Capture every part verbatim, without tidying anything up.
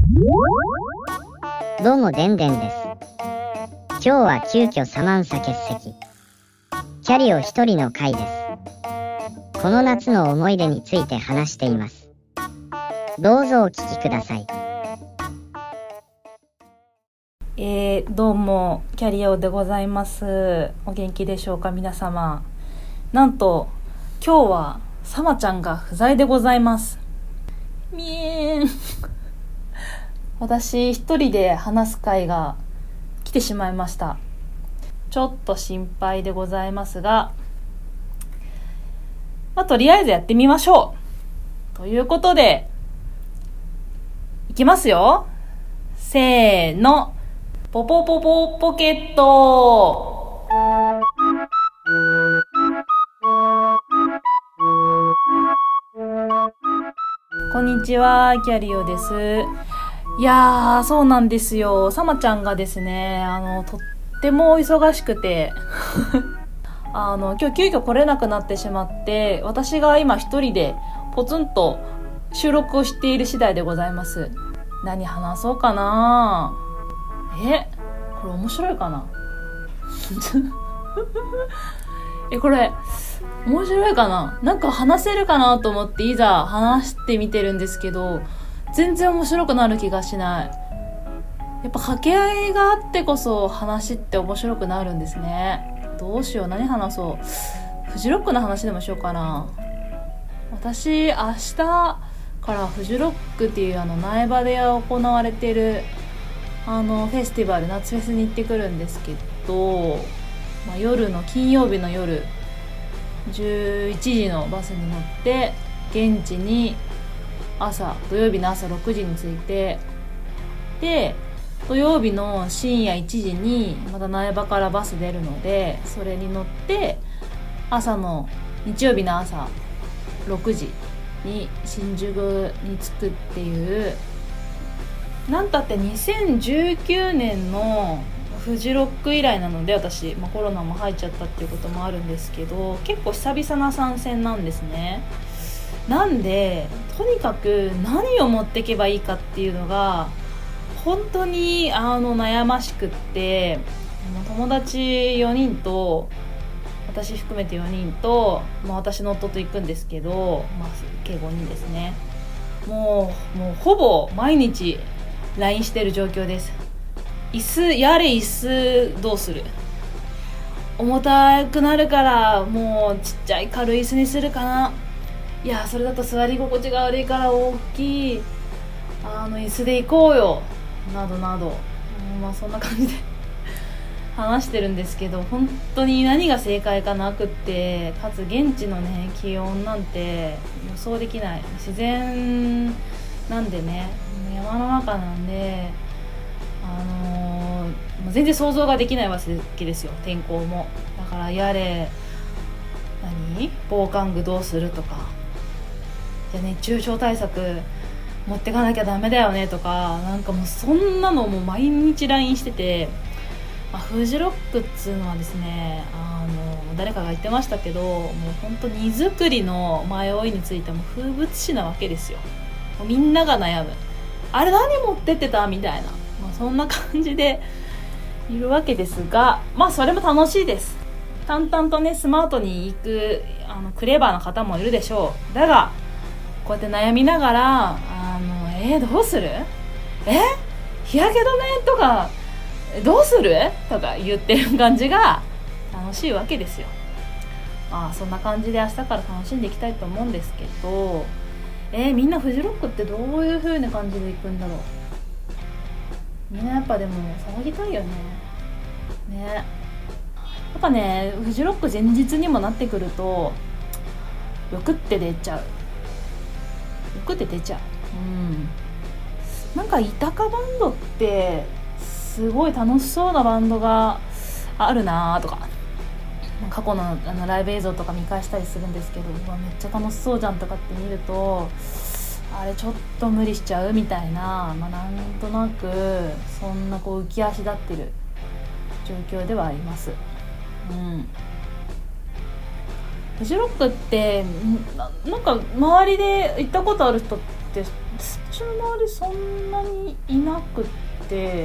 どうもでんでんです。今日は急遽サマンサ欠席。キャリオ一人の回です。この夏の思い出について話しています。どうぞお聞きください。 えー、どうもキャリオでございます。お元気でしょうか皆様。なんと今日はサマちゃんが不在でございます。みえーん私一人で話す会が来てしまいました。ちょっと心配でございますが、まあ、とりあえずやってみましょうということでいきますよ。せーの、ポポポポポケット。こんにちは、キャリオです。いやー、そうなんですよ。サマちゃんがですね、あの、とっても忙しくて、あの、今日急遽来れなくなってしまって、私が今一人でポツンと収録をしている次第でございます。何話そうかな。え、これ面白いかなえ、これ面白いかな。なんか話せるかなと思っていざ話してみてるんですけど、全然面白くなる気がしない。やっぱ掛け合いがあってこそ話って面白くなるんですね。どうしよう、何話そう。フジロックの話でもしようかな。私明日からフジロックっていうあの苗場で行われてるあのフェスティバル、夏フェスに行ってくるんですけど、まあ、夜の金曜日の夜じゅういちじのバスに乗って現地に朝土曜日の朝ろくじに着いて、で土曜日の深夜いちじにまた苗場からバス出るので、それに乗って朝の日曜日の朝ろくじに新宿に着くっていう、なんたってにせんじゅうきゅうねんのフジロック以来なので、私、まあ、コロナも入っちゃったっていうこともあるんですけど、結構久々な参戦なんですね。なんでとにかく何を持っていけばいいかっていうのが本当にあの悩ましくって、友達よにんと私含めてよにんと、まあ、私の夫と行くんですけど、まあ、計ごにんですね。もう、もうほぼ毎日 ライン してる状況です。椅子やれ、椅子どうする、重たくなるからもうちっちゃい軽い椅子にするかな、いやそれだと座り心地が悪いから大きいあの椅子で行こうよなどなど、まあそんな感じで話してるんですけど、本当に何が正解かなくって、かつ現地のね気温なんて予想できない。自然なんでね、山の中なんで、あのー、全然想像ができないわけですよ、天候も。だからやれ何防寒具どうするとか、じゃあ熱中症対策持ってかなきゃダメだよねとか、なんかもうそんなのも毎日 ライン してて、まあ、フジロックっつうのはですね、あの誰かが言ってましたけど、もう本当に荷造りの迷いについても風物詩なわけですよ。もうみんなが悩む、あれ何持ってってたみたいな、まあ、そんな感じでいるわけですが、まあそれも楽しいです。淡々とねスマートに行くあのクレバーな方もいるでしょう。だがこうやって悩みながら、あのえー、どうする、え日焼け止めとかどうするとか言ってる感じが楽しいわけですよ。まあそんな感じで明日から楽しんでいきたいと思うんですけど、えー、みんなフジロックってどういう風な感じで行くんだろう。みんなやっぱでも騒ぎたいよね。ね、やっぱねフジロック前日にもなってくると欲って出ちゃう。欲って出ちゃう。うん。なんかイタカバンドってすごい楽しそうなバンドがあるなとか、過去 の, あのライブ映像とか見返したりするんですけど、うわめっちゃ楽しそうじゃんとかって見ると、あれちょっと無理しちゃうみたいな、まあ、なんとなくそんなこう浮き足立ってる状況ではあります。うん。フジロックって な, なんか周りで行ったことある人ってちの周りそんなにいなくって、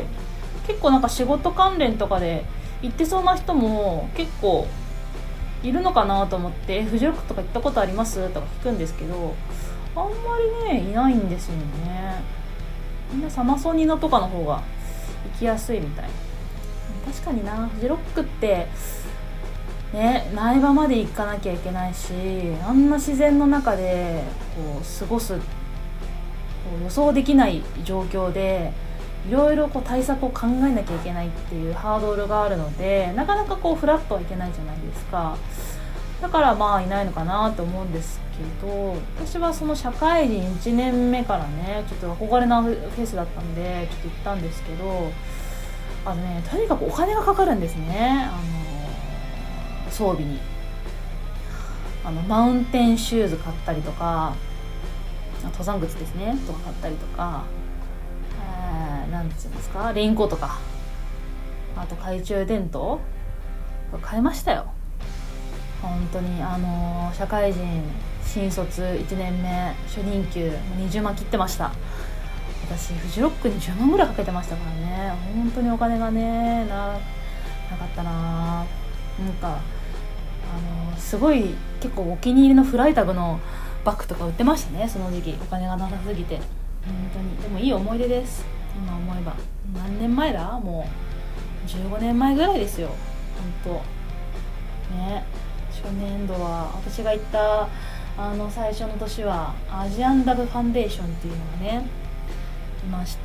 結構なんか仕事関連とかで行ってそうな人も結構いるのかなと思って、えフジロックとか行ったことありますとか聞くんですけど、あんまりねいないんですよね。みんなサマソニのとかの方が行きやすいみたい。確かにな、フジロックってね、苗場まで行かなきゃいけないし、あんな自然の中でこう過ごす、こう予想できない状況でいろいろこう対策を考えなきゃいけないっていうハードルがあるので、なかなかこうフラッとはいけないじゃないですか。だからまあいないのかなと思うんですけど、私はその社会人いちねんめからね、ちょっと憧れのフェスだったんでちょっと行ったんですけど、あのね、とにかくお金がかかるんですね、あの装備に。あのマウンテンシューズ買ったりとか、登山靴ですねとか買ったりとか、えー、なんていうんですか、レインコートか、あと懐中電灯買いましたよ。本当にあの社会人新卒いちねんめ初任給にじゅうまん切ってました。私フジロックにじゅうまんぐらいかけてましたからね。本当にお金がね な, なかったな。なんかあのすごい結構お気に入りのフライタグのバッグとか売ってましたね、その時期。お金がなさすぎて。本当にでもいい思い出です、今思えば。何年前だ、もうじゅうごねんまえぐらいですよ、本当ね。初年度は私が行ったあの最初の年はアジアンダブファンデーションっていうのがねいまして、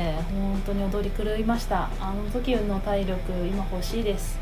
本当に踊り狂いました。あの時の体力今欲しいです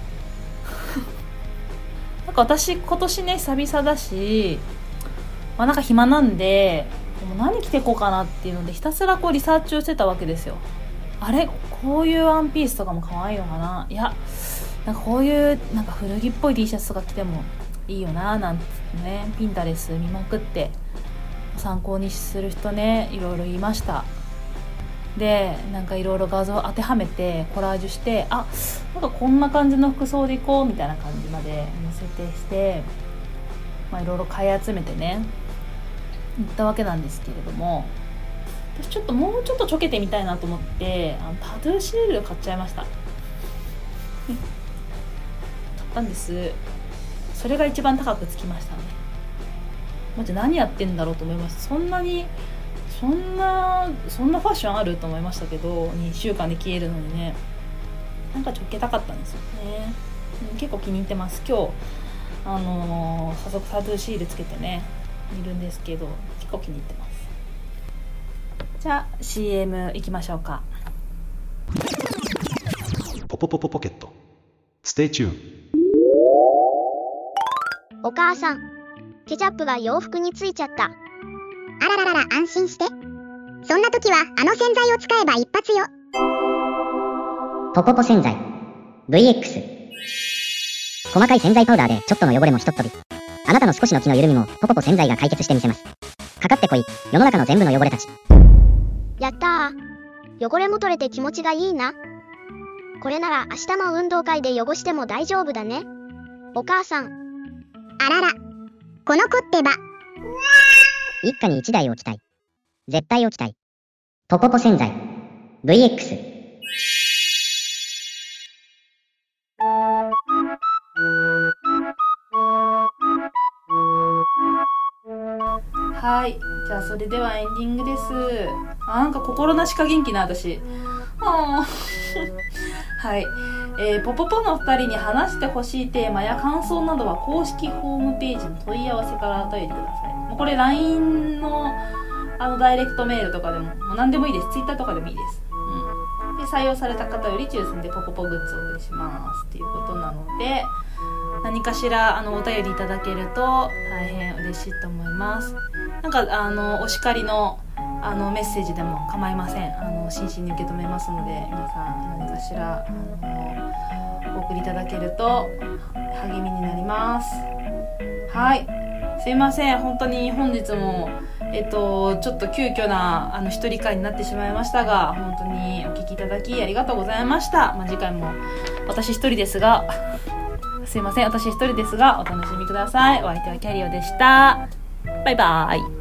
なんか私今年ね久々だし、まあ、なんか暇なんでもう何着てこうかなっていうのでひたすらこうリサーチをしてたわけですよ。あれこういうワンピースとかも可愛いのかな、いやなんかこういうなんか古着っぽい T シャツとか着てもいいよななんてね、ピンタレス見まくって参考にする人ねいろいろ言いました。でなんかいろいろ画像当てはめてコラージュして、あなんかこんな感じの服装でいこうみたいな感じまで設定して、まあ、いろいろ買い集めてね行ったわけなんですけれども、私ちょっともうちょっとちょけてみたいなと思ってあのタトゥーシールを買っちゃいました買ったんです。それが一番高くつきましたね。マジ何やってんだろうと思いました。そんなにそんなそんなファッションあると思いましたけど、にしゅうかんで消えるのにね、なんかちょけたかったんですよね。結構気に入ってます。今日あのー、早速タトゥーシールつけてねいるんですけど、結構気に入ってます。じゃあ シーエム 行きましょうか。 ポポポポポケットステイチューン。 お母さん、ケチャップが洋服についちゃった。あらららら、安心して。そんな時はあの洗剤を使えば一発よ。 ポポポ洗剤 ブイエックス。 細かい洗剤パウダーでちょっとの汚れもひとっ飛び。あなたの少しの気の緩みもポポポ洗剤が解決してみせます。かかってこい、世の中の全部の汚れたち。 やったー。汚れも取れて気持ちがいいな。これなら明日の運動会で汚しても大丈夫だね。お母さん。あらら、この子ってば。 一家に一台置きたい。絶対置きたい。ポポポ洗剤 ブイエックス。 はい、じゃあそれではエンディングです。あ、なんか心なしか元気な私。あはい、えー、ポポポのふたりに話してほしいテーマや感想などは公式ホームページの問い合わせからお便りください。もうこれ ライン の, あのダイレクトメールとかでも、もう何でもいいです。ツイッターとかでもいいです、うん、で採用された方より抽選でポポポグッズをお送りしますっていうことなので、何かしらあのお便りいただけると大変嬉しいと思います。なんかあのお叱りのあのメッセージでも構いません。あの真摯に受け止めますので、皆さん何かしらあのお送りいただけると励みになります。はい、すいません、本当に本日もえっとちょっと急遽なあの一人会になってしまいましたが、本当にお聞きいただきありがとうございました。まあ、次回も私一人ですがすいません私一人ですがお楽しみください。お相手はキャリオでした。バイバイ。